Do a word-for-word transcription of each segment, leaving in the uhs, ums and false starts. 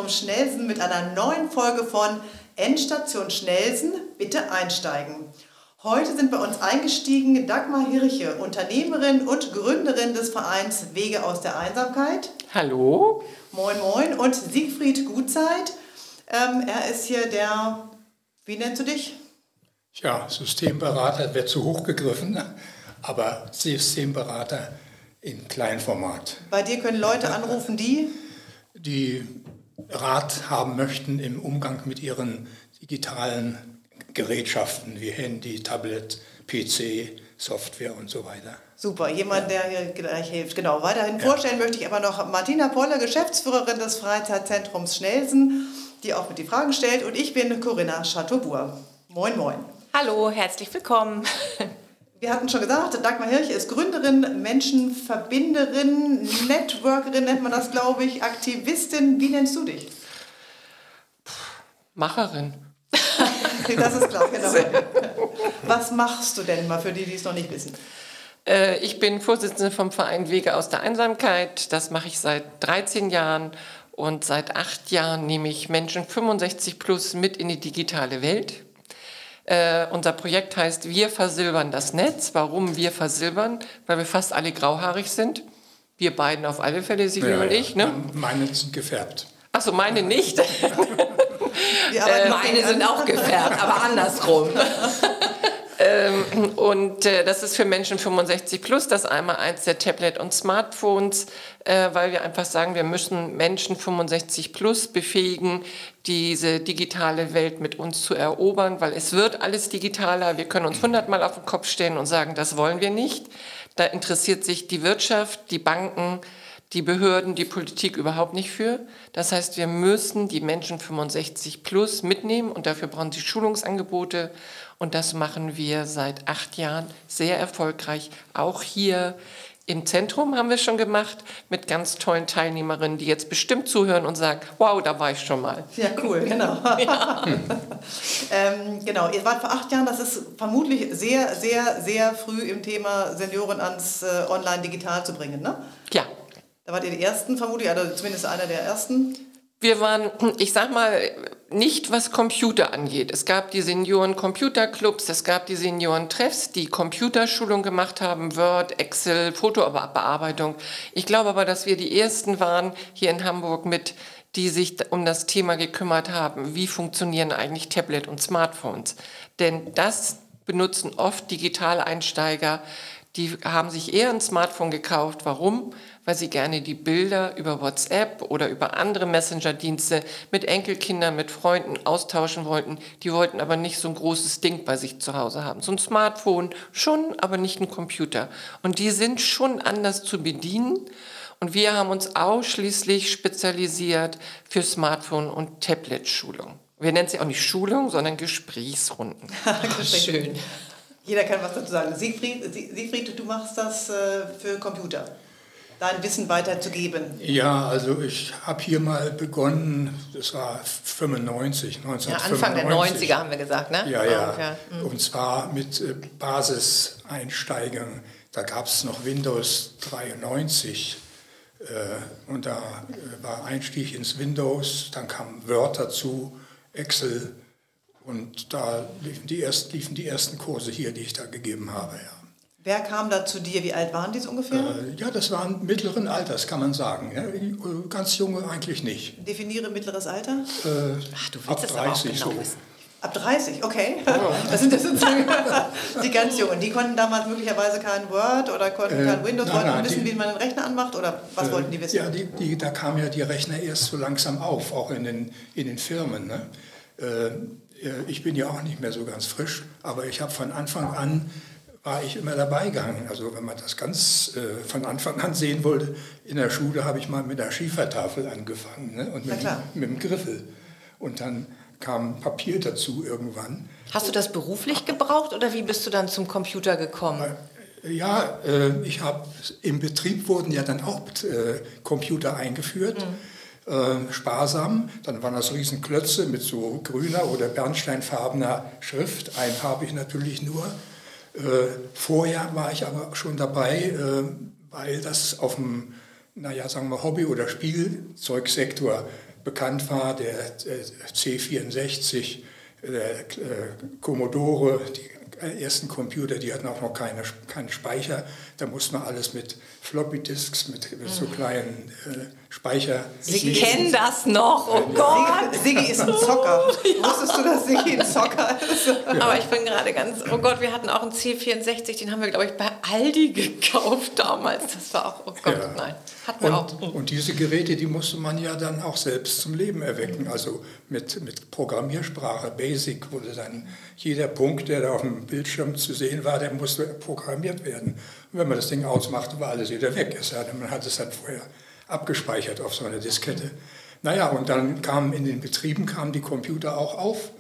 Freizeitzentrum Schnelsen mit einer neuen Folge von Endstation Schnelsen. Bitte einsteigen. Heute sind bei uns eingestiegen Dagmar Hirche, Unternehmerin und Gründerin des Vereins Wege aus der Einsamkeit. Hallo. Moin, moin. Und Siegfried Gutzeit. Ähm, er ist hier der, wie nennst du dich? Ja, Systemberater wird zu hoch gegriffen, aber Systemberater in Kleinformat. Bei dir können Leute anrufen, die? Die Rat haben möchten im Umgang mit ihren digitalen Gerätschaften wie Handy, Tablet, P C, Software und so weiter. Super, jemand, ja. der hier gleich hilft. Genau, weiterhin ja. vorstellen möchte ich aber noch Martina Polle, Geschäftsführerin des Freizeitzentrums Schnelsen, die auch mit die Fragen stellt. Und ich bin Corinna Chateaubourg. Moin, moin. Hallo, herzlich willkommen. Wir hatten schon gesagt, Dagmar Hirche ist Gründerin, Menschenverbinderin, Networkerin nennt man das, glaube ich, Aktivistin. Wie nennst du dich? Macherin. Das ist klar, genau. Was machst du denn mal für die, die es noch nicht wissen? Äh, ich bin Vorsitzende vom Verein Wege aus der Einsamkeit. Das mache ich seit dreizehn Jahren und seit acht Jahren nehme ich Menschen fünfundsechzig plus mit in die digitale Welt. Äh, unser Projekt heißt Wir versilbern das Netz. Warum wir versilbern? Weil wir fast alle grauhaarig sind. Wir beiden auf alle Fälle, Siegfried ja, und ja. ich. Ne? Meine sind gefärbt. Achso, meine nicht. äh, meine sind auch gefärbt, aber andersrum. ähm, und äh, das ist für Menschen fünfundsechzig plus, das einmal eins der Tablet und Smartphones, äh, weil wir einfach sagen, wir müssen Menschen fünfundsechzig plus befähigen, diese digitale Welt mit uns zu erobern, weil es wird alles digitaler. Wir können uns hundertmal auf den Kopf stellen und sagen, das wollen wir nicht. Da interessiert sich die Wirtschaft, die Banken, die Behörden, die Politik überhaupt nicht für. Das heißt, wir müssen die Menschen fünfundsechzig plus mitnehmen und dafür brauchen sie Schulungsangebote. Und das machen wir seit acht Jahren sehr erfolgreich. Auch hier im Zentrum haben wir es schon gemacht mit ganz tollen Teilnehmerinnen, die jetzt bestimmt zuhören und sagen, wow, da war ich schon mal. Ja, cool, genau. Ja. ähm, genau, ihr wart vor acht Jahren, das ist vermutlich sehr, sehr, sehr früh im Thema Senioren ans äh, Online-Digital zu bringen, ne? Ja. Da wart ihr die Ersten vermutlich, oder zumindest einer der Ersten. Wir waren, ich sag mal, nicht was Computer angeht. Es gab die Senioren-Computerclubs, es gab die Senioren-Treffs, die Computerschulung gemacht haben, Word, Excel, Fotobearbeitung. Ich glaube aber, dass wir die Ersten waren hier in Hamburg mit, die sich um das Thema gekümmert haben, wie funktionieren eigentlich Tablet und Smartphones. Denn das benutzen oft digitale Einsteiger, die haben sich eher ein Smartphone gekauft. Warum? Weil sie gerne die Bilder über WhatsApp oder über andere Messenger-Dienste mit Enkelkindern, mit Freunden austauschen wollten. Die wollten aber nicht so ein großes Ding bei sich zu Hause haben. So ein Smartphone schon, aber nicht ein Computer. Und die sind schon anders zu bedienen. Und wir haben uns ausschließlich spezialisiert für Smartphone- und Tablet-Schulung. Wir nennen es ja auch nicht Schulung, sondern Gesprächsrunden. Schön. Jeder kann was dazu sagen. Siegfried, Siegfried, du machst das äh, für Computer, dein Wissen weiterzugeben. Ja, also ich habe hier mal begonnen, das war fünfundneunzig, neunzehnhundertfünfundneunzig. Ja, Anfang der neunziger haben wir gesagt, ne? Ja, ja. ja. Mhm. Und zwar mit äh, Basiseinsteigern. Da gab es noch Windows dreiundneunzig. Äh, und da äh, war Einstieg ins Windows, dann kam Word dazu, Excel. Und da liefen die, erst, liefen die ersten Kurse hier, die ich da gegeben habe. Ja. Wer kam da zu dir? Wie alt waren die so ungefähr? Äh, ja, das waren mittleren Alters, kann man sagen. Ja, ganz junge eigentlich nicht. Definiere mittleres Alter? Äh, Ach, du willst ab das dreißig aber auch genau so. wissen. Ab dreißig, okay. Das sind das sozusagen die ganz Jungen. Die konnten damals möglicherweise kein Word oder konnten Äh, kein Windows, nein, wollten nein, wissen, die, wie man den Rechner anmacht oder was äh, wollten die wissen? Ja, die, die, da kamen ja die Rechner erst so langsam auf, auch in den, in den Firmen. Ne? Äh, Ich bin ja auch nicht mehr so ganz frisch, aber ich habe von Anfang an, war ich immer dabei gegangen. Also wenn man das ganz äh, von Anfang an sehen wollte, in der Schule habe ich mal mit der Schiefertafel angefangen, ne? Und mit, mit dem Griffel. Und dann kam Papier dazu irgendwann. Hast du das beruflich gebraucht oder wie bist du dann zum Computer gekommen? Ja, äh, ich habe, im Betrieb wurden ja dann auch äh, Computer eingeführt. Mhm. Äh, sparsam, dann waren das Riesenklötze mit so grüner oder bernsteinfarbener Schrift, einfarbig natürlich nur. Äh, vorher war ich aber schon dabei, äh, weil das auf dem, naja, sagen wir Hobby- oder Spielzeugsektor bekannt war, der C vierundsechzig, der Commodore, die ersten Computer, die hatten auch noch keine, keinen Speicher. Da musste man alles mit Floppy-Disks, mit, mit so kleinen äh, Speicher... Sie kennen das noch, oh Gott! Sigi ist ein Zocker. Ja. Wusstest du, dass Sigi ein Zocker ist? Ja. Aber ich bin gerade ganz... Oh Gott, wir hatten auch einen C vierundsechzig, den haben wir, glaube ich, bei Aldi gekauft damals. Das war auch... Oh Gott, ja. Nein. Hatten wir und, auch. Und diese Geräte, die musste man ja dann auch selbst zum Leben erwecken. Also mit, mit Programmiersprache, Basic, wurde dann jeder Punkt, der da auf dem Bildschirm zu sehen war, der musste programmiert werden. Und wenn man das Ding ausmachte, war alles wieder weg. Es sei denn, man hat es dann vorher abgespeichert auf so einer Diskette. Naja, und dann kamen in den Betrieben kamen die Computer auch auf.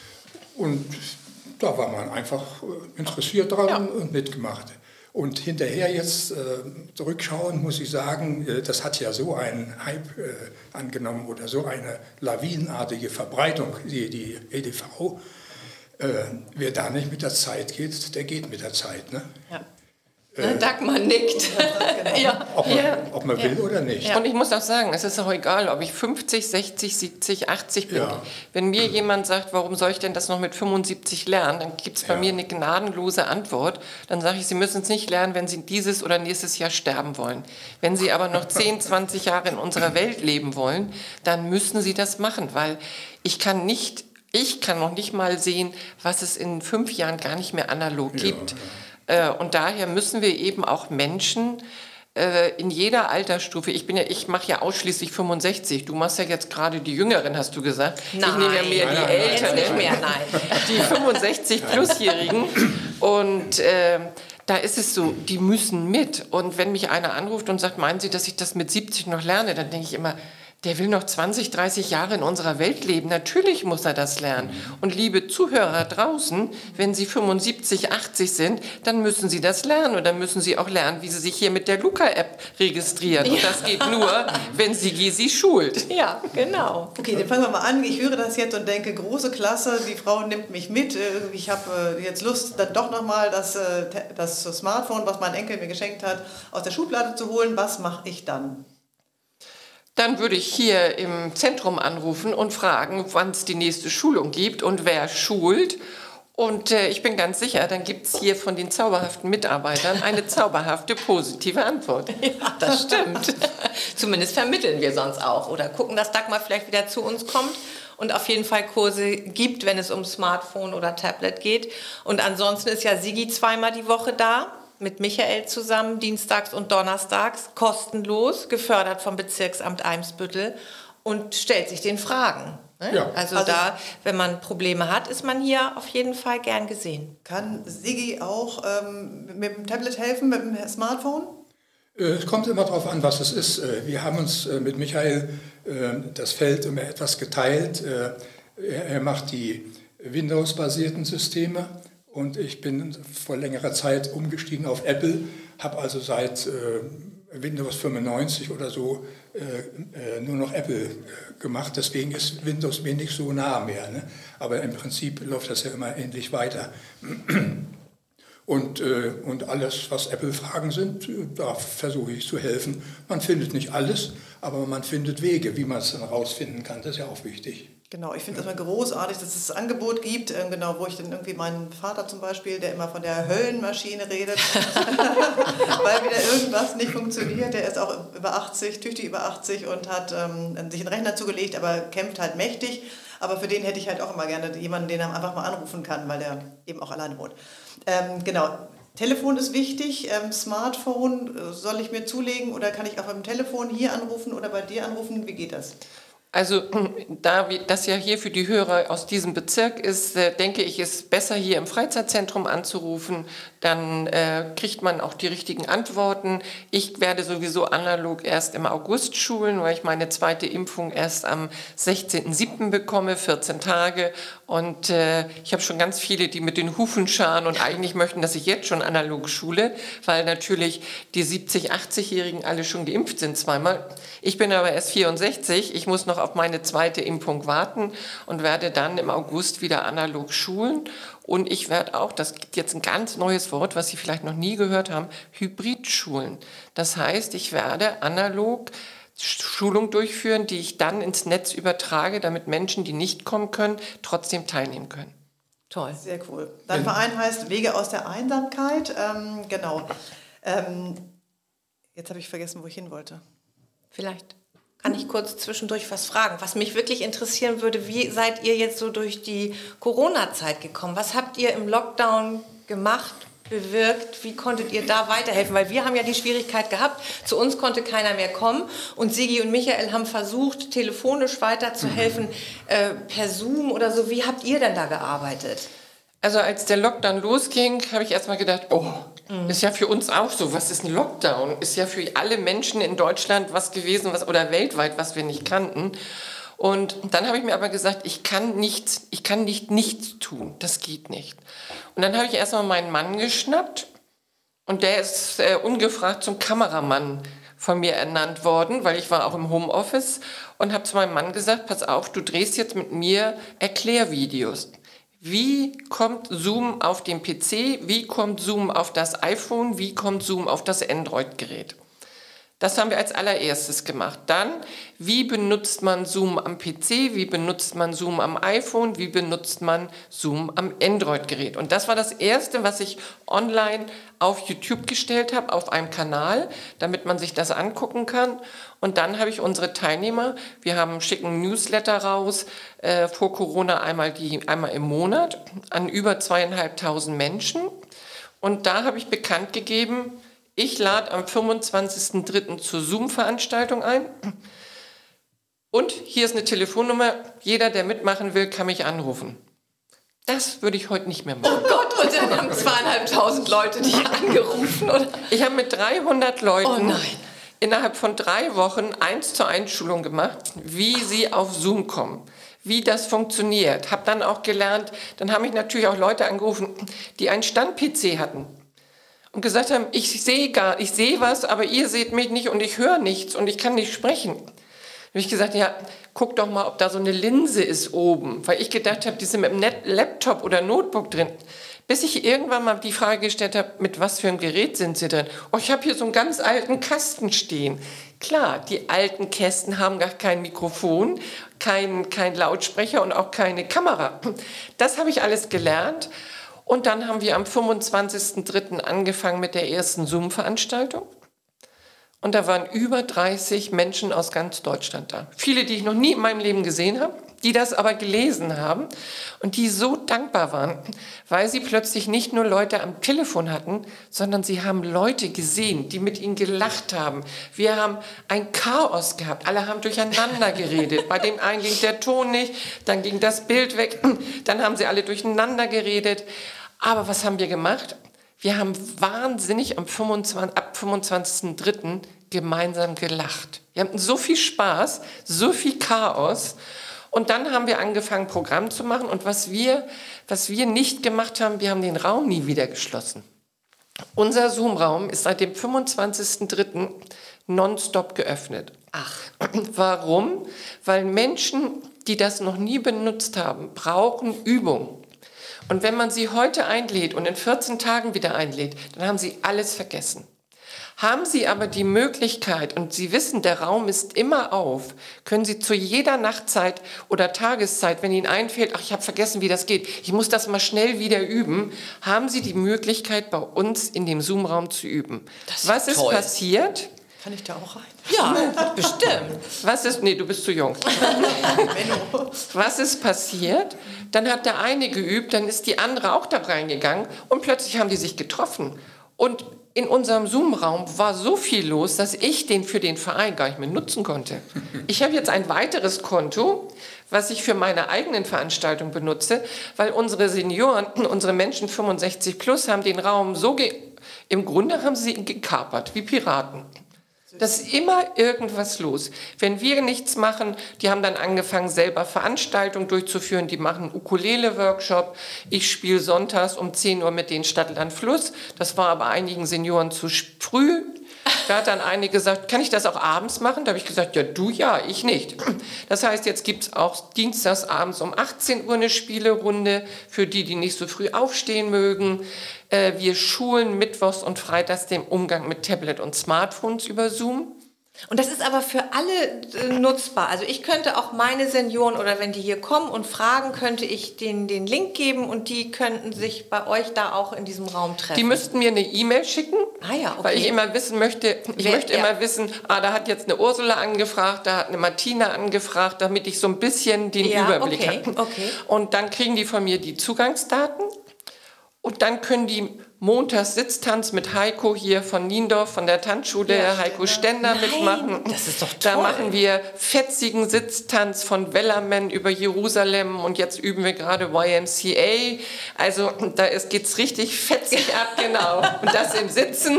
Und da war man einfach interessiert dran ja. und mitgemacht. Und hinterher jetzt äh, zurückschauen, muss ich sagen, äh, das hat ja so einen Hype äh, angenommen oder so eine lawinenartige Verbreitung, die, die E D V. Äh, wer da nicht mit der Zeit geht, der geht mit der Zeit. Ne? Ja. Äh, Dagmar nickt. Ja, ob man, ja. ob man will ja. oder nicht. Ja. Und ich muss auch sagen, es ist auch egal, ob ich fünfzig, sechzig, siebzig, achtzig bin. Ja. Wenn mir jemand sagt, warum soll ich denn das noch mit fünfundsiebzig lernen, dann gibt es bei ja. mir eine gnadenlose Antwort. Dann sage ich, Sie müssen es nicht lernen, wenn Sie dieses oder nächstes Jahr sterben wollen. Wenn Sie aber noch zehn, zwanzig Jahre in unserer Welt leben wollen, dann müssen Sie das machen, weil ich kann nicht, ich kann noch nicht mal sehen, was es in fünf Jahren gar nicht mehr analog gibt. Ja. Und daher müssen wir eben auch Menschen äh, in jeder Altersstufe, ich bin ja, ich mache ja ausschließlich fünfundsechzig, du machst ja jetzt gerade die Jüngeren, hast du gesagt. Nein. Ich nehme ja mehr nein, die nein, Älteren, nicht mehr, nein. die fünfundsechzig-Plusjährigen. Und äh, da ist es so, die müssen mit. Und wenn mich einer anruft und sagt, meinen Sie, dass ich das mit siebzig noch lerne, dann denke ich immer, der will noch zwanzig, dreißig Jahre in unserer Welt leben. Natürlich muss er das lernen. Und liebe Zuhörer draußen, wenn Sie fünfundsiebzig, achtzig sind, dann müssen Sie das lernen. Und dann müssen Sie auch lernen, wie Sie sich hier mit der Luca-App registrieren. Und das geht nur, wenn Sigi Sie schult. Ja, genau. Okay, dann fangen wir mal an. Ich höre das jetzt und denke, große Klasse, die Frau nimmt mich mit. Ich habe jetzt Lust, dann doch nochmal das, das Smartphone, was mein Enkel mir geschenkt hat, aus der Schublade zu holen. Was mache ich dann? Dann würde ich hier im Zentrum anrufen und fragen, wann es die nächste Schulung gibt und wer schult. Und äh, ich bin ganz sicher, dann gibt es hier von den zauberhaften Mitarbeitern eine zauberhafte, positive Antwort. Ja, das stimmt. Zumindest vermitteln wir sonst auch. Oder gucken, dass Dagmar vielleicht wieder zu uns kommt und auf jeden Fall Kurse gibt, wenn es um Smartphone oder Tablet geht. Und ansonsten ist ja Sigi zweimal die Woche da. Mit Michael zusammen, dienstags und donnerstags, kostenlos, gefördert vom Bezirksamt Eimsbüttel und stellt sich den Fragen. Ne? Ja. Also, Also da, wenn man Probleme hat, ist man hier auf jeden Fall gern gesehen. Kann Sigi auch ähm, mit dem Tablet helfen, mit dem Smartphone? Es kommt immer darauf an, was es ist. Wir haben uns mit Michael das Feld immer etwas geteilt. Er macht die Windows-basierten Systeme. Und ich bin vor längerer Zeit umgestiegen auf Apple, habe also seit äh, Windows fünfundneunzig oder so äh, äh, nur noch Apple äh, gemacht. Deswegen ist Windows mir nicht so nah mehr. Ne? Aber im Prinzip läuft das ja immer ähnlich weiter. Und, äh, und alles, was Apple-Fragen sind, da versuche ich zu helfen. Man findet nicht alles, aber man findet Wege, wie man es dann herausfinden kann. Das ist ja auch wichtig. Genau, ich finde es immer großartig, dass es das Angebot gibt, äh, genau, wo ich dann irgendwie meinen Vater zum Beispiel, der immer von der Höllenmaschine redet, weil wieder irgendwas nicht funktioniert. Der ist auch über achtzig, tüchtig über achtzig und hat ähm, sich einen Rechner zugelegt, aber kämpft halt mächtig. Aber für den hätte ich halt auch immer gerne jemanden, den er einfach mal anrufen kann, weil der eben auch alleine wohnt. Ähm, genau. Telefon ist wichtig, ähm, Smartphone äh, soll ich mir zulegen oder kann ich auch beim Telefon hier anrufen oder bei dir anrufen? Wie geht das? Also da das ja hier für die Hörer aus diesem Bezirk ist, äh, denke ich, ist besser hier im Freizeitzentrum anzurufen. Dann äh, kriegt man auch die richtigen Antworten. Ich werde sowieso analog erst im August schulen, weil ich meine zweite Impfung erst am sechzehnten siebten bekomme, vierzehn Tage. Und äh, ich habe schon ganz viele, die mit den Hufen scharen und eigentlich möchten, dass ich jetzt schon analog schule, weil natürlich die siebzig-, achtzigjährigen alle schon geimpft sind zweimal. Ich bin aber erst vierundsechzig, ich muss noch auf meine zweite Impfung warten und werde dann im August wieder analog schulen. Und ich werde auch, das gibt jetzt ein ganz neues Wort, was Sie vielleicht noch nie gehört haben, Hybridschulen. Das heißt, ich werde analog Schulung durchführen, die ich dann ins Netz übertrage, damit Menschen, die nicht kommen können, trotzdem teilnehmen können. Toll. Sehr cool. Dein Verein heißt Wege aus der Einsamkeit. Ähm, genau. Ähm, jetzt habe ich vergessen, wo ich hin wollte. Vielleicht kann ich kurz zwischendurch was fragen. Was mich wirklich interessieren würde, wie seid ihr jetzt so durch die Corona-Zeit gekommen? Was habt ihr im Lockdown gemacht, bewirkt? Wie konntet ihr da weiterhelfen? Weil wir haben ja die Schwierigkeit gehabt, zu uns konnte keiner mehr kommen und Sigi und Michael haben versucht, telefonisch weiterzuhelfen, äh, per Zoom oder so. Wie habt ihr denn da gearbeitet? Also als der Lockdown losging, habe ich erstmal gedacht, oh, mhm. ist ja für uns auch so. Was ist ein Lockdown? Ist ja für alle Menschen in Deutschland was gewesen, was oder weltweit, was wir nicht kannten. Und dann habe ich mir aber gesagt, ich kann nichts, ich kann nicht nichts tun. Das geht nicht. Und dann habe ich erstmal meinen Mann geschnappt und der ist äh, ungefragt zum Kameramann von mir ernannt worden, weil ich war auch im Homeoffice und habe zu meinem Mann gesagt, pass auf, du drehst jetzt mit mir Erklärvideos. Wie kommt Zoom auf den P C? Wie kommt Zoom auf das iPhone? Wie kommt Zoom auf das Android-Gerät? Das haben wir als allererstes gemacht. Dann, wie benutzt man Zoom am P C? Wie benutzt man Zoom am iPhone? Wie benutzt man Zoom am Android-Gerät? Und das war das Erste, was ich online auf YouTube gestellt habe, auf einem Kanal, damit man sich das angucken kann. Und dann habe ich unsere Teilnehmer, wir haben schicken Newsletter raus, äh, vor Corona einmal, die, einmal im Monat, an über zweieinhalbtausend Menschen. Und da habe ich bekannt gegeben, ich lade am fünfundzwanzigsten dritten zur Zoom-Veranstaltung ein. Und hier ist eine Telefonnummer. Jeder, der mitmachen will, kann mich anrufen. Das würde ich heute nicht mehr machen. Oh Gott, und dann haben zweieinhalbtausend Leute dich angerufen, oder? Ich habe mit dreihundert Leuten Oh nein. innerhalb von drei Wochen eins zu eins Schulung gemacht, wie sie auf Zoom kommen, wie das funktioniert. Habe dann auch gelernt, dann haben mich natürlich auch Leute angerufen, die einen Stand-P C hatten. Und gesagt haben, ich sehe gar, ich sehe was, aber ihr seht mich nicht und ich höre nichts und ich kann nicht sprechen. Da habe ich gesagt, ja, guck doch mal, ob da so eine Linse ist oben. Weil ich gedacht habe, die sind mit einem Laptop oder Notebook drin. Bis ich irgendwann mal die Frage gestellt habe, mit was für einem Gerät sind sie drin? Oh, ich habe hier so einen ganz alten Kasten stehen. Klar, die alten Kästen haben gar kein Mikrofon, kein, kein Lautsprecher und auch keine Kamera. Das habe ich alles gelernt. Und dann haben wir am fünfundzwanzigsten dritten angefangen mit der ersten Zoom-Veranstaltung. Und da waren über dreißig Menschen aus ganz Deutschland da. Viele, die ich noch nie in meinem Leben gesehen habe, die das aber gelesen haben und die so dankbar waren, weil sie plötzlich nicht nur Leute am Telefon hatten, sondern sie haben Leute gesehen, die mit ihnen gelacht haben. Wir haben ein Chaos gehabt. Alle haben durcheinander geredet. Bei dem einen ging der Ton nicht, dann ging das Bild weg, dann haben sie alle durcheinander geredet. Aber was haben wir gemacht? Wir haben wahnsinnig am fünfundzwanzigsten ab fünfundzwanzigsten dritten gemeinsam gelacht. Wir hatten so viel Spaß, so viel Chaos. Und dann haben wir angefangen, Programm zu machen. Und was wir, was wir nicht gemacht haben, wir haben den Raum nie wieder geschlossen. Unser Zoom-Raum ist seit dem fünfundzwanzigsten dritten nonstop geöffnet. Ach. Warum? Weil Menschen, die das noch nie benutzt haben, brauchen Übung. Und wenn man sie heute einlädt und in vierzehn Tagen wieder einlädt, dann haben sie alles vergessen. Haben Sie aber die Möglichkeit, und Sie wissen, der Raum ist immer auf, können Sie zu jeder Nachtzeit oder Tageszeit, wenn Ihnen einfällt, ach, ich habe vergessen, wie das geht, ich muss das mal schnell wieder üben, haben Sie die Möglichkeit, bei uns in dem Zoom-Raum zu üben. Das ist Was ist toll. passiert? Kann ich da auch rein? Ja, bestimmt. Was ist, nee, du bist zu jung. Was ist passiert? Dann hat der eine geübt, dann ist die andere auch da reingegangen und plötzlich haben die sich getroffen. Und in unserem Zoom-Raum war so viel los, dass ich den für den Verein gar nicht mehr nutzen konnte. Ich habe jetzt ein weiteres Konto, was ich für meine eigenen Veranstaltungen benutze, weil unsere Senioren, unsere Menschen fünfundsechzig plus, haben den Raum so, ge- im Grunde haben sie ihn gekapert, wie Piraten. Da ist immer irgendwas los. Wenn wir nichts machen, die haben dann angefangen, selber Veranstaltungen durchzuführen. Die machen einen Ukulele-Workshop. Ich spiele sonntags um zehn Uhr mit den Stadt, Land, Fluss. Das war aber einigen Senioren zu früh. Da hat dann eine gesagt, kann ich das auch abends machen? Da habe ich gesagt, ja, du ja, ich nicht. Das heißt, jetzt gibt es auch dienstags abends um achtzehn Uhr eine Spielerunde für die, die nicht so früh aufstehen mögen. Wir schulen mittwochs und freitags den Umgang mit Tablet und Smartphones über Zoom. Und das ist aber für alle äh, nutzbar. Also ich könnte auch meine Senioren oder wenn die hier kommen und fragen, könnte ich denen den Link geben und die könnten sich bei euch da auch in diesem Raum treffen. Die müssten mir eine E-Mail schicken, ah, ja, okay. weil ich immer wissen möchte, ich Wer, möchte ja. immer wissen, ah, da hat jetzt eine Ursula angefragt, da hat eine Martina angefragt, damit ich so ein bisschen den ja, Überblick okay, habe. okay. Und dann kriegen die von mir die Zugangsdaten und dann können die montags Sitztanz mit Heiko hier von Niendorf, von der Tanzschule, Ja, Heiko Stender Nein, mitmachen. das ist doch toll. Da machen wir fetzigen Sitztanz von Wellerman über Jerusalem und jetzt üben wir gerade Y M C A. Also da geht es richtig fetzig ab, genau. Und das im Sitzen.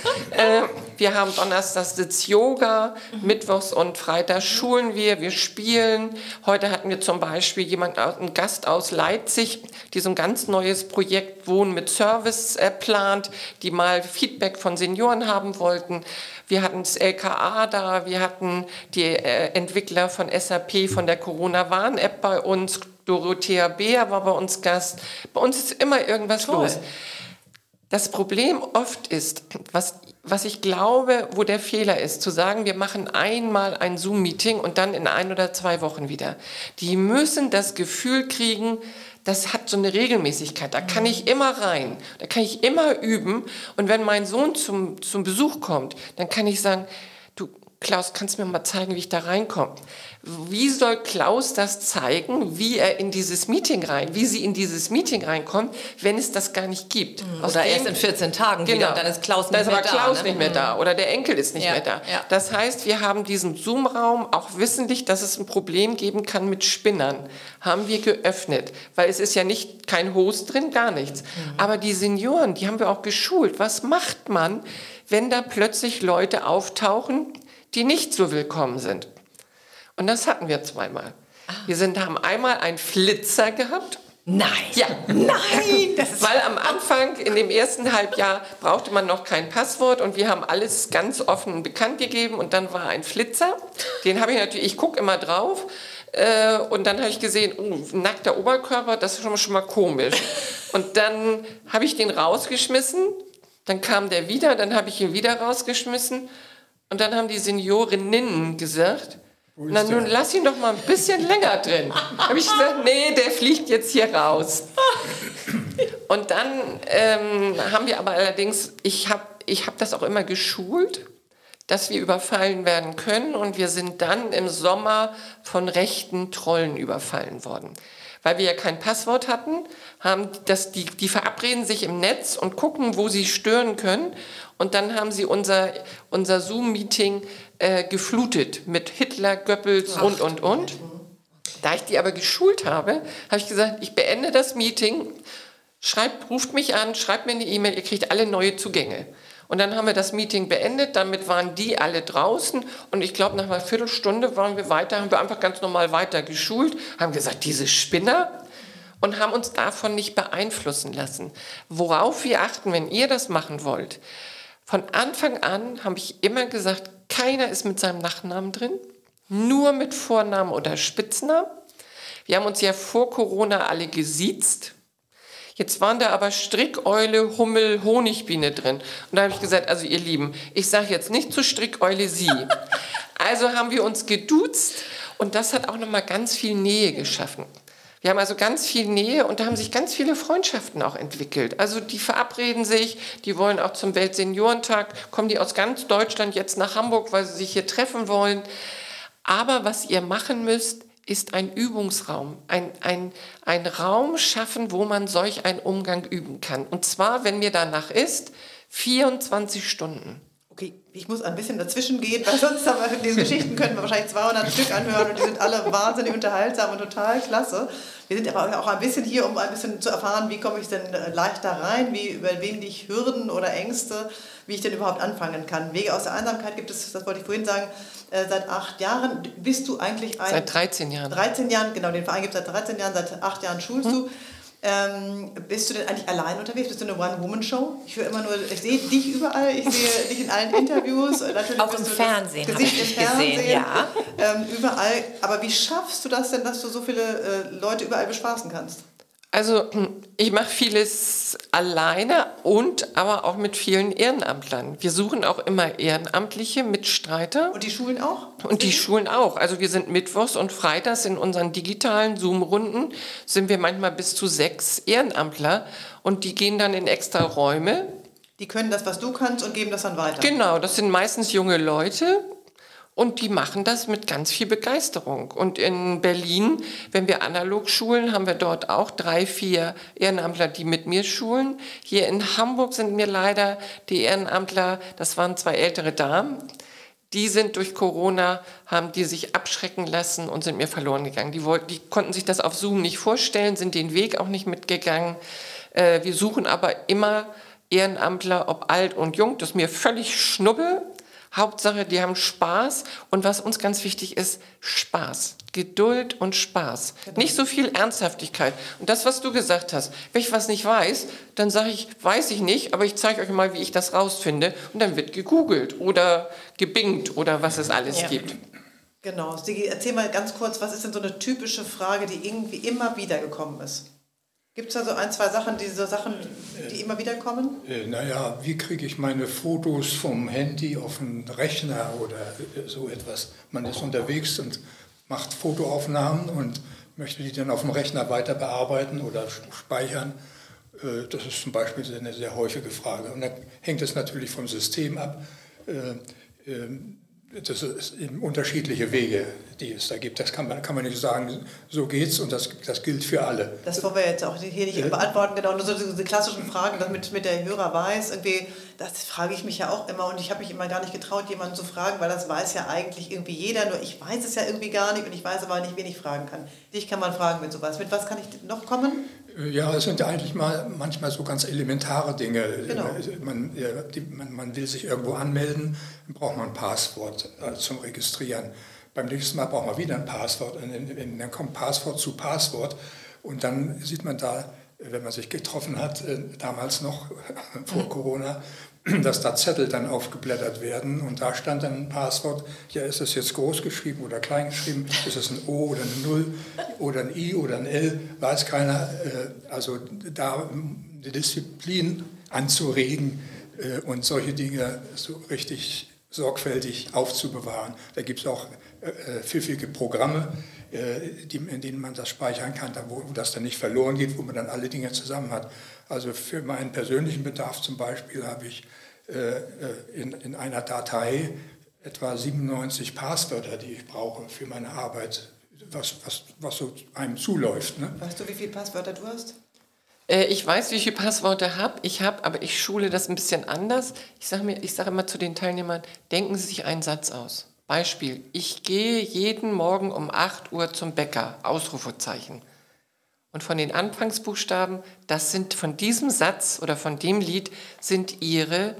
Äh, wir haben donnerstags Sitz-Yoga, mittwochs und freitags schulen wir, wir spielen. Heute hatten wir zum Beispiel jemanden, einen Gast aus Leipzig, die so ein ganz neues Projekt Wohnen mit Service äh, plant, die mal Feedback von Senioren haben wollten. Wir hatten das L K A da, wir hatten die äh, Entwickler von S A P, von der Corona-Warn-App bei uns, Dorothea Beer war bei uns Gast. Bei uns ist immer irgendwas Toll. los. Das Problem oft ist, was, was ich glaube, wo der Fehler ist, zu sagen, wir machen einmal ein Zoom-Meeting und dann in ein oder zwei Wochen wieder. Die müssen das Gefühl kriegen, das hat so eine Regelmäßigkeit, da kann ich immer rein, da kann ich immer üben. Und wenn mein Sohn zum, zum Besuch kommt, dann kann ich sagen, du Klaus, kannst du mir mal zeigen, wie ich da reinkomme? Wie soll Klaus das zeigen, wie er in dieses Meeting rein, wie sie in dieses Meeting reinkommt, wenn es das gar nicht gibt? Mhm. Oder erst in vierzehn Tagen genau. wieder und dann ist Klaus nicht da ist mehr aber da. Klaus ne? nicht mehr da oder der Enkel ist nicht Ja, mehr da. ja. Das heißt, wir haben diesen Zoom-Raum, auch wissentlich, dass es ein Problem geben kann mit Spinnern, haben wir geöffnet. Weil es ist ja nicht kein Host drin, gar nichts. Mhm. Aber die Senioren, die haben wir auch geschult. Was macht man, wenn da plötzlich Leute auftauchen, die nicht so willkommen sind? Und das hatten wir zweimal. Ah. Wir sind, haben einmal einen Flitzer gehabt. Nein. Ja. Nein. Das ist Weil am Anfang, in dem ersten Halbjahr, brauchte man noch kein Passwort und wir haben alles ganz offen bekannt gegeben und dann war ein Flitzer. Den habe ich natürlich, ich gucke immer drauf. Äh, und dann habe ich gesehen, oh, nackter Oberkörper, das ist schon mal, schon mal komisch. Und dann habe ich den rausgeschmissen. Dann kam der wieder, dann habe ich ihn wieder rausgeschmissen. Und dann haben die Seniorinnen gesagt, na nun lass ihn doch mal ein bisschen länger drin. Habe ich gesagt, nee, der fliegt jetzt hier raus. Und dann ähm, haben wir aber allerdings, ich habe ich hab das auch immer geschult, dass wir überfallen werden können. Und wir sind dann im Sommer von rechten Trollen überfallen worden. Weil wir ja kein Passwort hatten, haben das, die, die verabreden sich im Netz und gucken, wo sie stören können. Und dann haben sie unser, unser Zoom-Meeting äh, geflutet mit Hitler, Goebbels Ach, und, und, und. Da ich die aber geschult habe, habe ich gesagt, ich beende das Meeting, schreibt, ruft mich an, schreibt mir eine E-Mail, ihr kriegt alle neue Zugänge. Und dann haben wir das Meeting beendet, damit waren die alle draußen und ich glaube, nach einer Viertelstunde waren wir weiter, haben wir einfach ganz normal weiter geschult, haben gesagt, diese Spinner, und haben uns davon nicht beeinflussen lassen. Worauf wir achten, wenn ihr das machen wollt, von Anfang an habe ich immer gesagt, keiner ist mit seinem Nachnamen drin, nur mit Vornamen oder Spitznamen. Wir haben uns ja vor Corona alle gesiezt. Jetzt waren da aber Strickeule, Hummel, Honigbiene drin. Und da habe ich gesagt, also ihr Lieben, ich sage jetzt nicht zu Strickeule Sie. Also haben wir uns geduzt und das hat auch nochmal ganz viel Nähe geschaffen. Wir haben also ganz viel Nähe und da haben sich ganz viele Freundschaften auch entwickelt. Also die verabreden sich, die wollen auch zum Weltseniorentag, kommen die aus ganz Deutschland jetzt nach Hamburg, weil sie sich hier treffen wollen. Aber was ihr machen müsst, ist ein Übungsraum, ein, ein, ein Raum schaffen, wo man solch einen Umgang üben kann. Und zwar, wenn mir danach ist, vierundzwanzig Stunden. Okay, ich muss ein bisschen dazwischen gehen, weil sonst haben wir diese Geschichten können wir wahrscheinlich zweihundert Stück anhören und die sind alle wahnsinnig unterhaltsam und total klasse. Wir sind aber auch ein bisschen hier, um ein bisschen zu erfahren, wie komme ich denn leichter rein, wie überwinde ich Hürden oder Ängste, wie ich denn überhaupt anfangen kann. Wege aus der Einsamkeit gibt es, das wollte ich vorhin sagen, seit acht Jahren. Bist du eigentlich ein... Seit dreizehn Jahren. dreizehn Jahren, genau, den Verein gibt es seit dreizehn Jahren, seit acht Jahren schulst hm. du. Ähm, bist du denn eigentlich allein unterwegs? Bist du eine One-Woman-Show? Ich höre immer nur, ich sehe dich überall, ich sehe dich in allen Interviews. Natürlich auch im Fernsehen habe ich dich gesehen, ja. Ähm, überall. Aber wie schaffst du das denn, dass du so viele äh, Leute überall bespaßen kannst? Also ich mache vieles alleine und aber auch mit vielen Ehrenamtlern. Wir suchen auch immer ehrenamtliche Mitstreiter. Und die Schulen auch? Und die Schulen auch. Also wir sind mittwochs und freitags in unseren digitalen Zoom-Runden sind wir manchmal bis zu sechs Ehrenamtler und die gehen dann in extra Räume. Die können das, was du kannst und geben das dann weiter? Genau, das sind meistens junge Leute. Und die machen das mit ganz viel Begeisterung. Und in Berlin, wenn wir analog schulen, haben wir dort auch drei, vier Ehrenamtler, die mit mir schulen. Hier in Hamburg sind mir leider die Ehrenamtler, das waren zwei ältere Damen, die sind durch Corona, haben die sich abschrecken lassen und sind mir verloren gegangen. Die, wollten, die konnten sich das auf Zoom nicht vorstellen, sind den Weg auch nicht mitgegangen. Äh, wir suchen aber immer Ehrenamtler, ob alt und jung, das ist mir völlig schnuppe. Hauptsache, die haben Spaß und was uns ganz wichtig ist, Spaß, Geduld und Spaß. Genau. Nicht so viel Ernsthaftigkeit. Und das, was du gesagt hast, wenn ich was nicht weiß, dann sage ich, weiß ich nicht, aber ich zeige euch mal, wie ich das rausfinde. Und dann wird gegoogelt oder gebingt oder was es alles ja. gibt. Genau. Sigi, erzähl mal ganz kurz, was ist denn so eine typische Frage, die irgendwie immer wieder gekommen ist? Gibt es da so ein, zwei Sachen, diese Sachen, die immer wieder kommen? Äh, naja, wie kriege ich meine Fotos vom Handy auf den Rechner oder so etwas? Man ist unterwegs und macht Fotoaufnahmen und möchte die dann auf dem Rechner weiter bearbeiten oder speichern. Äh, das ist zum Beispiel eine sehr häufige Frage. Und dann hängt es natürlich vom System ab. Äh, äh, Das ist eben unterschiedliche Wege, die es da gibt. Das kann man, kann man nicht sagen, so geht's und das, das gilt für alle. Das wollen wir jetzt auch hier nicht beantworten, genau. Nur so diese klassischen Fragen, damit mit der Hörer weiß, irgendwie, das frage ich mich ja auch immer und ich habe mich immer gar nicht getraut, jemanden zu fragen, weil das weiß ja eigentlich irgendwie jeder, nur ich weiß es ja irgendwie gar nicht und ich weiß aber nicht, wen ich fragen kann. Dich kann man fragen mit sowas. Mit was kann ich noch kommen? Ja, es sind ja eigentlich mal manchmal so ganz elementare Dinge. Genau. Man, ja, die, man, man will sich irgendwo anmelden, dann braucht man ein Passwort äh, zum Registrieren. Beim nächsten Mal braucht man wieder ein Passwort und dann kommt Passwort zu Passwort und dann sieht man da, wenn man sich getroffen hat, äh, damals noch vor Corona, dass da Zettel dann aufgeblättert werden und da stand dann ein Passwort, ja, ist das jetzt groß geschrieben oder klein geschrieben, ist es ein O oder eine Null oder ein I oder ein L, weiß keiner. Also da die Disziplin anzuregen und solche Dinge so richtig sorgfältig aufzubewahren. Da gibt es auch pfiffige Programme, die, in denen man das speichern kann, wo das dann nicht verloren geht, wo man dann alle Dinge zusammen hat. Also für meinen persönlichen Bedarf zum Beispiel habe ich äh, in, in einer Datei etwa siebenundneunzig Passwörter, die ich brauche für meine Arbeit, was, was, was so einem zuläuft. Ne? Weißt du, wie viele Passwörter du hast? Äh, ich weiß, wie viele Passwörter habe. Ich habe, aber ich schule das ein bisschen anders. Ich sage mir, ich sage immer zu den Teilnehmern, denken Sie sich einen Satz aus. Beispiel, ich gehe jeden Morgen um acht Uhr zum Bäcker, Ausrufezeichen. Und von den Anfangsbuchstaben, das sind von diesem Satz oder von dem Lied, sind Ihre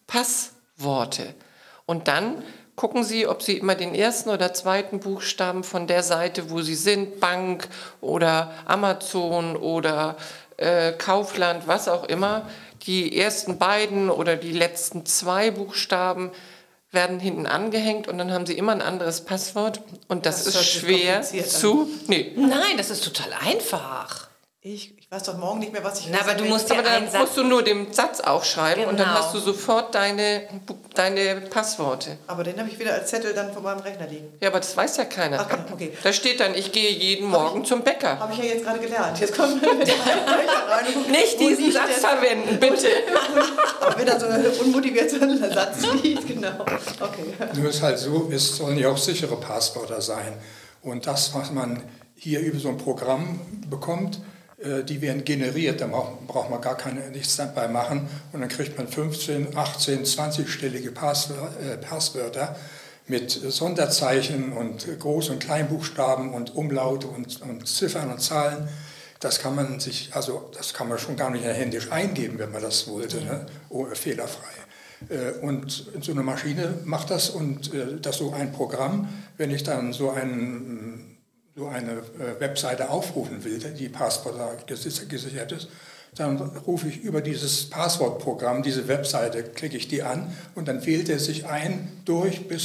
Passworte. Und dann gucken Sie, ob Sie immer den ersten oder zweiten Buchstaben von der Seite, wo Sie sind, Bank oder Amazon oder äh, Kaufland, was auch immer, die ersten beiden oder die letzten zwei Buchstaben werden hinten angehängt und dann haben Sie immer ein anderes Passwort und das, das ist schwer zu... Nee. Nein, das ist total einfach. Ich, ich weiß doch morgen nicht mehr, was ich... Na, aber du musst aber dann musst du nur den Satz aufschreiben genau. Und dann hast du sofort deine, deine Passworte. Aber den habe ich wieder als Zettel dann vor meinem Rechner liegen. Ja, aber das weiß ja keiner. Ach, okay. Da steht dann, ich gehe jeden Morgen ich, zum Bäcker. Habe ich ja jetzt gerade gelernt. Jetzt kommt mit der rein. Nicht diesen Satz verwenden, bitte. Aber wenn da so ein unmotivierter Satz liegt, genau. Okay. Nur ist halt so, es sollen ja auch sichere Passwörter sein. Und das, was man hier über so ein Programm bekommt, die werden generiert, da braucht man gar keine, nichts dabei machen und dann kriegt man fünfzehn, achtzehn, zwanzig-stellige Passwörter mit Sonderzeichen und Groß- und Kleinbuchstaben und Umlaute und, und Ziffern und Zahlen. Das kann man sich, also das kann man schon gar nicht händisch eingeben, wenn man das wollte, ne? Oh, fehlerfrei. Und so eine Maschine macht das und das so ein Programm, wenn ich dann so einen so eine Webseite aufrufen will, die Passwort gesichert ist, dann rufe ich über dieses Passwortprogramm, diese Webseite, klicke ich die an und dann wählt er sich ein durch bis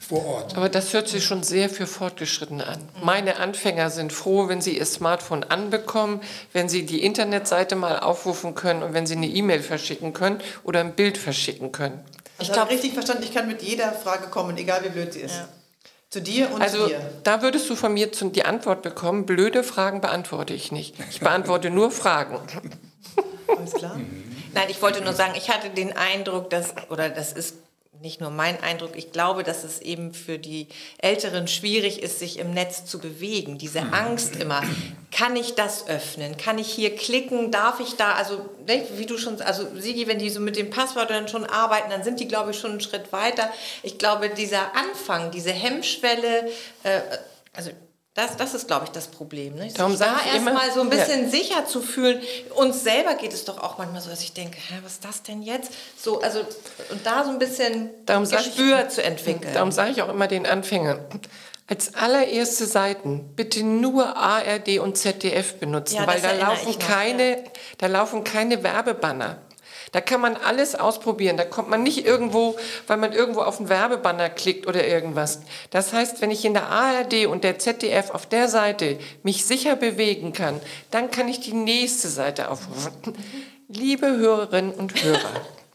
vor Ort. Aber das hört sich schon sehr für Fortgeschrittene an. Meine Anfänger sind froh, wenn sie ihr Smartphone anbekommen, wenn sie die Internetseite mal aufrufen können und wenn sie eine E-Mail verschicken können oder ein Bild verschicken können. Ich habe richtig verstanden, ich kann mit jeder Frage kommen, egal wie blöd sie ist. Ja. Zu dir und also, zu dir. Da würdest du von mir die Antwort bekommen, blöde Fragen beantworte ich nicht. Ich beantworte nur Fragen. Alles klar? Nein, ich wollte nur sagen, ich hatte den Eindruck, dass, oder das ist nicht nur mein Eindruck, ich glaube, dass es eben für die Älteren schwierig ist, sich im Netz zu bewegen. Diese Angst immer, kann ich das öffnen? Kann ich hier klicken? Darf ich da? Also, wie du schon, also Sigi, wenn die so mit den Passwörtern schon arbeiten, dann sind die, glaube ich, schon einen Schritt weiter. Ich glaube, dieser Anfang, diese Hemmschwelle, äh, also Das, das ist, glaube ich, das Problem. Ne? Darum sich da erstmal so ein bisschen ja. sicher zu fühlen. Uns selber geht es doch auch manchmal so, dass ich denke, hä, was ist das denn jetzt? So, also, und da so ein bisschen darum Gespür ich, zu entwickeln. Darum sage ich auch immer den Anfängern, als allererste Seiten bitte nur A R D und Z D F benutzen, Ja, weil das da erinnere laufen, ich noch, keine, ja. da laufen keine Werbebanner. Da kann man alles ausprobieren. Da kommt man nicht irgendwo, weil man irgendwo auf einen Werbebanner klickt oder irgendwas. Das heißt, wenn ich in der A R D und der Z D F auf der Seite mich sicher bewegen kann, dann kann ich die nächste Seite aufrufen. Liebe Hörerinnen und Hörer,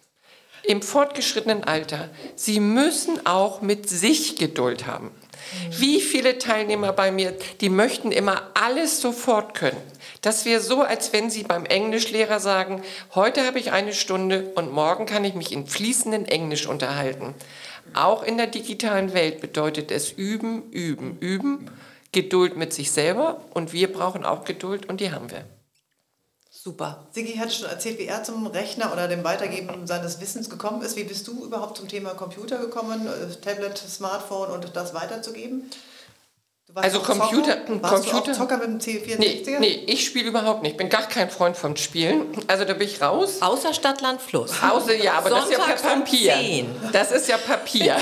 im fortgeschrittenen Alter, Sie müssen auch mit sich Geduld haben. Wie viele Teilnehmer bei mir, die möchten immer alles sofort können. Das wäre so, als wenn Sie beim Englischlehrer sagen, heute habe ich eine Stunde und morgen kann ich mich in fließendem Englisch unterhalten. Auch in der digitalen Welt bedeutet es üben, üben, üben, Geduld mit sich selber und wir brauchen auch Geduld und die haben wir. Super. Sigi hat schon erzählt, wie er zum Rechner oder dem Weitergeben seines Wissens gekommen ist. Wie bist du überhaupt zum Thema Computer gekommen, Tablet, Smartphone und das weiterzugeben? Du warst Also Computer, Zocker? Warst Computer. Du auch Zocker mit dem C vierundsechziger? Nee, nee, ich spiele überhaupt nicht. Ich bin gar kein Freund vom Spielen. Also da bin ich raus. Außer Stadt, Land, Fluss. Außer, ja, aber das ist ja Sonntags per um Papier. zehn. Das ist ja Papier.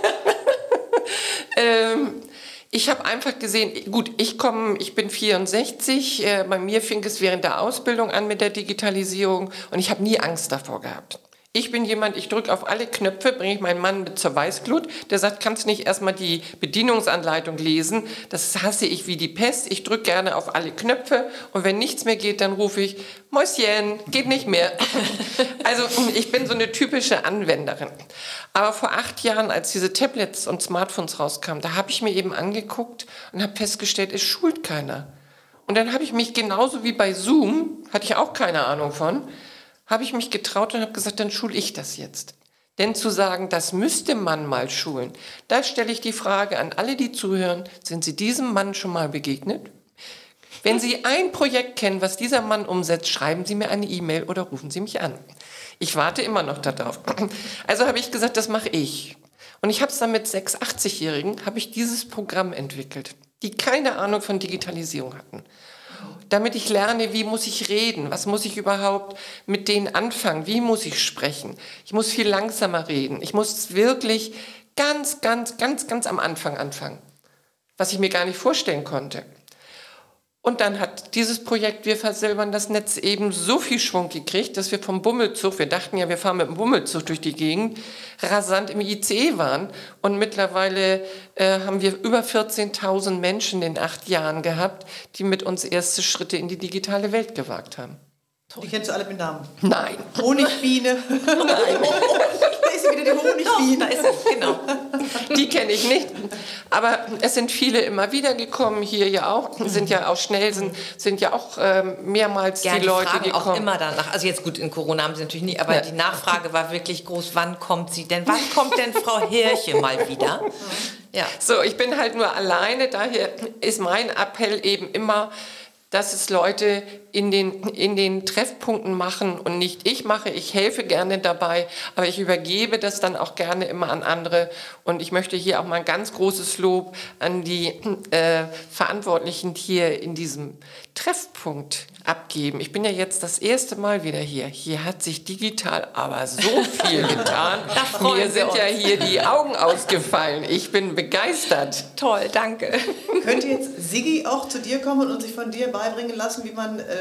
ähm, ich habe einfach gesehen, gut, ich komme, ich bin vierundsechzig, äh, bei mir fing es während der Ausbildung an mit der Digitalisierung und ich habe nie Angst davor gehabt. Ich bin jemand, ich drücke auf alle Knöpfe, bringe ich meinen Mann mit zur Weißglut, der sagt, kannst nicht erstmal die Bedienungsanleitung lesen, das hasse ich wie die Pest, ich drücke gerne auf alle Knöpfe und wenn nichts mehr geht, dann rufe ich, Mäuschen, geht nicht mehr. Also ich bin so eine typische Anwenderin. Aber vor acht Jahren, als diese Tablets und Smartphones rauskamen, da habe ich mir eben angeguckt und habe festgestellt, es schult keiner. Und dann habe ich mich genauso wie bei Zoom, hatte ich auch keine Ahnung von, habe ich mich getraut und habe gesagt, dann schule ich das jetzt. Denn zu sagen, das müsste man mal schulen, da stelle ich die Frage an alle, die zuhören, sind Sie diesem Mann schon mal begegnet? Wenn Sie ein Projekt kennen, was dieser Mann umsetzt, schreiben Sie mir eine E-Mail oder rufen Sie mich an. Ich warte immer noch darauf. Also habe ich gesagt, das mache ich. Und ich habe es dann mit sechs-, achtzigjährigen, habe ich dieses Programm entwickelt, die keine Ahnung von Digitalisierung hatten. Damit ich lerne, wie muss ich reden, was muss ich überhaupt mit denen anfangen, wie muss ich sprechen. Ich muss viel langsamer reden, ich muss wirklich ganz, ganz, ganz, ganz am Anfang anfangen, was ich mir gar nicht vorstellen konnte. Und dann hat dieses Projekt Wir versilbern das Netz eben so viel Schwung gekriegt, dass wir vom Bummelzug, wir dachten ja, wir fahren mit dem Bummelzug durch die Gegend, rasant im I C E waren. Und mittlerweile äh, haben wir über vierzehntausend Menschen in acht Jahren gehabt, die mit uns erste Schritte in die digitale Welt gewagt haben. Die kennst du alle mit Namen? Nein. Honigbiene. Nein. Da ist sie wieder, die Honigbiene. Da ist sie, genau. Die kenne ich nicht. Aber es sind viele immer wieder gekommen, hier ja auch, sind ja aus Schnellsen, sind ja auch ähm, mehrmals Ja, die, die Leute fragen gekommen. auch immer danach. Also jetzt gut, in Corona haben sie natürlich nie, aber Ja. die Nachfrage war wirklich groß. Wann kommt sie denn? Wann kommt denn Frau Hirche mal wieder? Ja. So, ich bin halt nur alleine, daher ist mein Appell eben immer, dass es Leute in den, in den Treffpunkten machen und nicht ich mache. Ich helfe gerne dabei, aber ich übergebe das dann auch gerne immer an andere. Und ich möchte hier auch mal ein ganz großes Lob an die äh, Verantwortlichen hier in diesem Treffpunkt abgeben. Ich bin ja jetzt das erste Mal wieder hier. Hier hat sich digital aber so viel getan. freuen Mir wir sind uns. ja hier die Augen ausgefallen. Ich bin begeistert. Toll, danke. Könnte jetzt Sigi auch zu dir kommen und sich von dir beibringen lassen, wie man äh,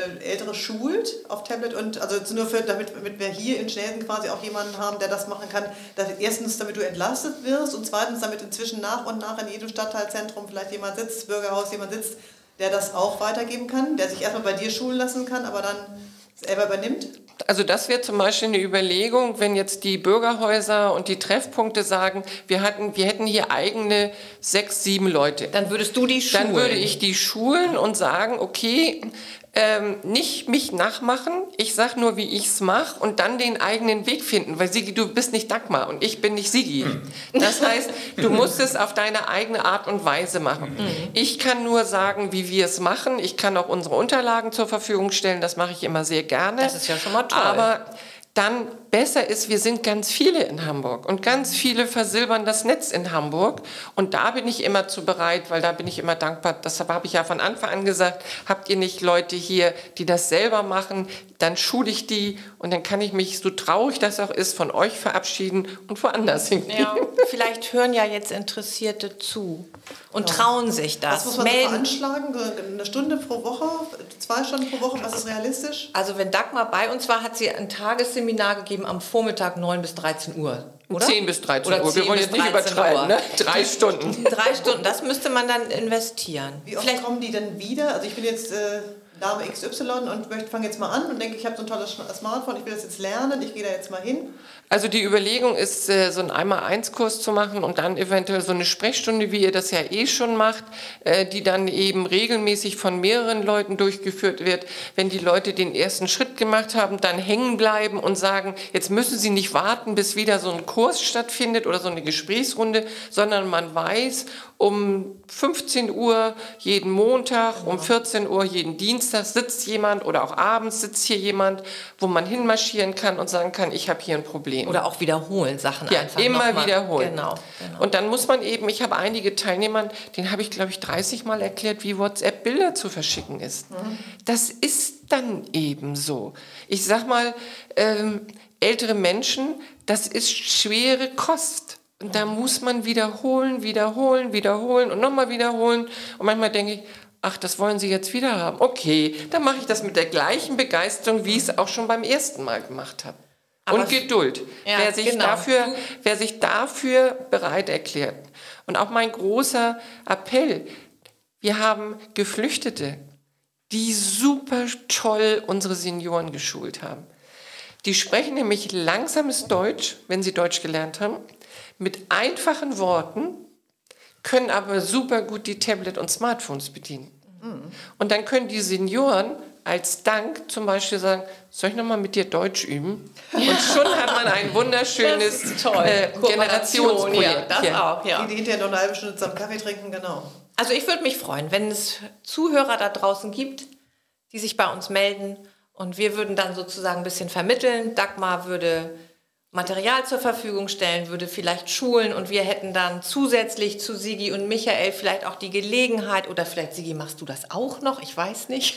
äh, Ältere schult auf Tablet und also nur für, damit, damit wir hier in Schnelsen quasi auch jemanden haben, der das machen kann. Dass, erstens, damit du entlastet wirst und zweitens, damit inzwischen nach und nach in jedem Stadtteilzentrum vielleicht jemand sitzt, Bürgerhaus jemand sitzt, der das auch weitergeben kann, der sich erstmal bei dir schulen lassen kann, aber dann selber übernimmt? Also das wäre zum Beispiel eine Überlegung, wenn jetzt die Bürgerhäuser und die Treffpunkte sagen, wir, hatten, wir hätten hier eigene sechs, sieben Leute. Dann würdest du die schulen? Dann würde ich die schulen und sagen, okay, ähm, nicht mich nachmachen, ich sag nur, wie ich es mache und dann den eigenen Weg finden, weil Sigi, du bist nicht Dagmar und ich bin nicht Sigi. Das heißt, du musst es auf deine eigene Art und Weise machen. Mhm. Ich kann nur sagen, wie wir es machen, ich kann auch unsere Unterlagen zur Verfügung stellen, das mache ich immer sehr gerne. Das ist ja schon mal toll. Aber dann besser ist, wir sind ganz viele in Hamburg und ganz viele versilbern das Netz in Hamburg und da bin ich immer zu bereit, weil da bin ich immer dankbar, das habe ich ja von Anfang an gesagt, habt ihr nicht Leute hier, die das selber machen, dann schule ich die und dann kann ich mich, so traurig das auch ist, von euch verabschieden und woanders hingehen. Ja, vielleicht hören ja jetzt Interessierte zu und ja. trauen sich das. Was muss man so veranschlagen? Eine Stunde pro Woche? Zwei Stunden pro Woche? Was ist realistisch? Also wenn Dagmar bei uns war, hat sie ein Tagesseminar gegeben am Vormittag neun bis dreizehn Uhr. Oder? zehn bis dreizehn Oder Uhr. Wir wollen jetzt nicht übertreiben, ne? Drei Stunden. Drei Stunden, das müsste man dann investieren. Wie oft Vielleicht kommen die denn wieder? Also ich bin jetzt äh, Dame X Y und möchte fange jetzt mal an und denke, ich habe so ein tolles Smartphone, ich will das jetzt lernen, ich gehe da jetzt mal hin. Also die Überlegung ist, äh, so einen Einmal-Eins-Kurs zu machen und dann eventuell so eine Sprechstunde, wie ihr das ja eh schon macht, äh, die dann eben regelmäßig von mehreren Leuten durchgeführt wird. Wenn die Leute den ersten Schritt gemacht haben, dann hängen bleiben und sagen, jetzt müssen sie nicht warten, bis wieder so ein Kurs stattfindet oder so eine Gesprächsrunde, sondern man weiß, um fünfzehn Uhr jeden Montag, genau. um vierzehn Uhr jeden Dienstag sitzt jemand oder auch abends sitzt hier jemand, wo man hinmarschieren kann und sagen kann, ich habe hier ein Problem. Oder auch wiederholen, Sachen ja, einfach immer noch mal. wiederholen. Genau, genau. Und dann muss man eben, ich habe einige Teilnehmern, denen habe ich, glaube ich, dreißig Mal erklärt, wie WhatsApp Bilder zu verschicken ist. Mhm. Das ist dann eben so. Ich sag mal, ähm, ältere Menschen, das ist schwere Kost. Und da muss man wiederholen, wiederholen, wiederholen und nochmal wiederholen. Und manchmal denke ich, ach, das wollen Sie jetzt wieder haben. Okay, dann mache ich das mit der gleichen Begeisterung, wie ich es auch schon beim ersten Mal gemacht habe. Und Geduld. Ja, wer, sich genau. dafür, wer sich dafür bereit erklärt. Und auch mein großer Appell, wir haben Geflüchtete, die super toll unsere Senioren geschult haben. Die sprechen nämlich langsames Deutsch, wenn sie Deutsch gelernt haben, mit einfachen Worten, können aber super gut die Tablet und Smartphones bedienen. Mhm. Und dann können die Senioren als Dank zum Beispiel sagen, soll ich nochmal mit dir Deutsch üben? Und schon hat man ein wunderschönes äh, Generationsprojekt. Ja, das ja. auch, ja. Die, die hinterher noch eine halbe Stunde zusammen Kaffee trinken, genau. Also ich würde mich freuen, wenn es Zuhörer da draußen gibt, die sich bei uns melden und wir würden dann sozusagen ein bisschen vermitteln. Dagmar würde Material zur Verfügung stellen, würde vielleicht schulen und wir hätten dann zusätzlich zu Sigi und Michael vielleicht auch die Gelegenheit, oder vielleicht, Sigi, machst du das auch noch? Ich weiß nicht.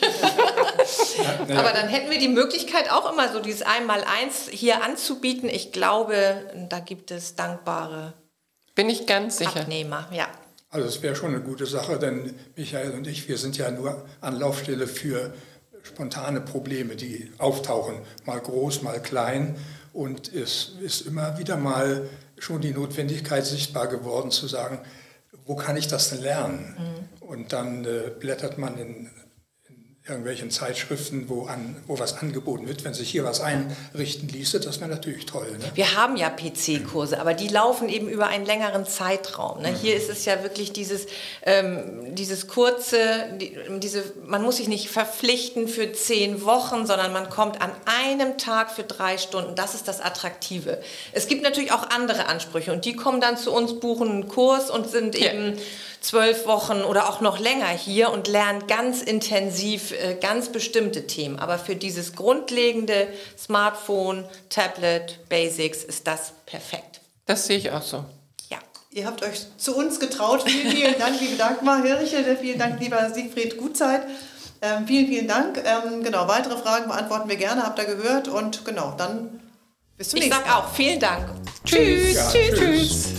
Ja, ja. Aber dann hätten wir die Möglichkeit auch immer so dieses Einmaleins hier anzubieten. Ich glaube, da gibt es dankbare Bin ich ganz sicher. Abnehmer. Ja. Also es wäre schon eine gute Sache, denn Michael und ich, wir sind ja nur Anlaufstelle für spontane Probleme, die auftauchen, mal groß, mal klein. Und es ist immer wieder mal schon die Notwendigkeit sichtbar geworden, zu sagen, wo kann ich das denn lernen? Mhm. Und dann äh, blättert man in, in irgendwelchen Zeitschriften, wo, an, wo was angeboten wird. Wenn sich hier was einrichten ließe, das wäre natürlich toll. Ne? Wir haben ja P C-Kurse, aber die laufen eben über einen längeren Zeitraum. Ne? Mhm. Hier ist es ja wirklich dieses, ähm, dieses kurze, die, diese, man muss sich nicht verpflichten für zehn Wochen, sondern man kommt an einem Tag für drei Stunden. Das ist das Attraktive. Es gibt natürlich auch andere Ansprüche und die kommen dann zu uns, buchen einen Kurs und sind ja. eben zwölf Wochen oder auch noch länger hier und lernen ganz intensiv äh, ganz bestimmte Themen. Aber für dieses grundlegende Smartphone, Tablet, Basics ist das perfekt. Das sehe ich auch so. Ja. Ihr habt euch zu uns getraut. Vielen, vielen Dank, liebe Dagmar Hirche. Vielen Dank, lieber Siegfried Gutzeit. Ähm, vielen, vielen Dank. Ähm, genau, weitere Fragen beantworten wir gerne, habt ihr gehört. Und genau, dann bis zum ich nächsten Mal. Ich sage auch vielen Dank. Tschüss. Ja, tschüss. tschüss.